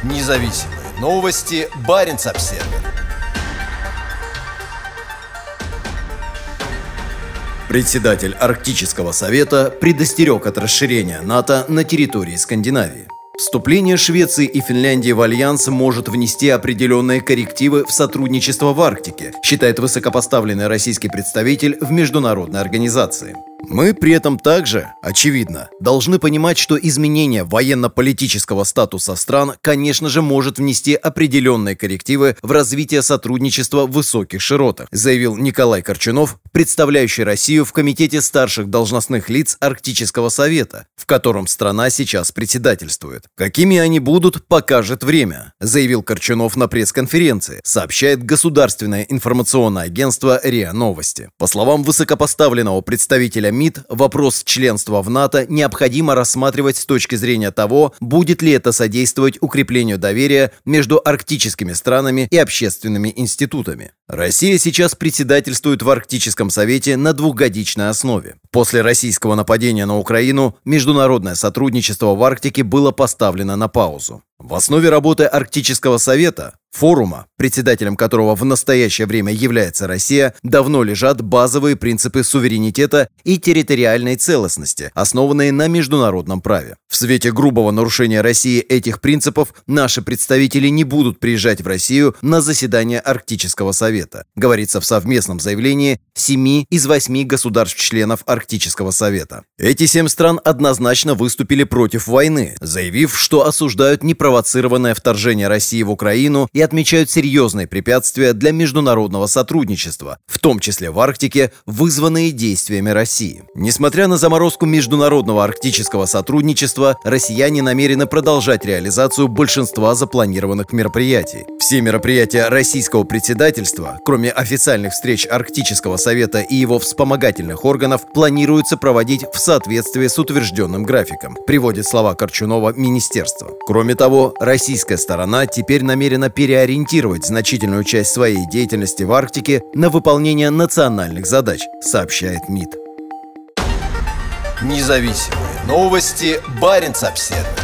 Независимые новости. Баренц-Обсервер. Председатель Арктического совета предостерег от расширения НАТО на территории Скандинавии. Вступление Швеции и Финляндии в альянс может внести определенные коррективы в сотрудничество в Арктике, считает высокопоставленный российский представитель в международной организации. Мы при этом также, очевидно, должны понимать, что изменение военно-политического статуса стран, конечно же, может внести определенные коррективы в развитие сотрудничества в высоких широтах, заявил Николай Корчунов, представляющий Россию в Комитете старших должностных лиц Арктического совета, в котором страна сейчас председательствует. Какими они будут, покажет время, заявил Корчунов на пресс-конференции, сообщает государственное информационное агентство РИА Новости. По словам высокопоставленного представителя МИД, вопрос членства в НАТО необходимо рассматривать с точки зрения того, будет ли это содействовать укреплению доверия между арктическими странами и общественными институтами. Россия сейчас председательствует в Арктическом совете на двухгодичной основе. После российского нападения на Украину международное сотрудничество в Арктике было поставлено на паузу. В основе работы Арктического совета, форума, председателем которого в настоящее время является Россия, давно лежат базовые принципы суверенитета и территориальной целостности, основанные на международном праве. В свете грубого нарушения России этих принципов наши представители не будут приезжать в Россию на заседание Арктического совета, говорится в совместном заявлении 7 из 8 государств-членов Арктического совета. Эти 7 стран однозначно выступили против войны, заявив, что осуждают непровоцированное вторжение России в Украину и отмечают серьезные препятствия для международного сотрудничества, в том числе в Арктике, вызванные действиями России. Несмотря на заморозку международного арктического сотрудничества, россияне намерены продолжать реализацию большинства запланированных мероприятий. Все мероприятия российского председательства, кроме официальных встреч Арктического совета и его вспомогательных органов, планируется проводить в соответствии с утвержденным графиком, приводит слова Корчунова министерства. Кроме того, российская сторона теперь намерена переориентировать значительную часть своей деятельности в Арктике на выполнение национальных задач, сообщает МИД. Независимые новости. Баренц-Обсервер.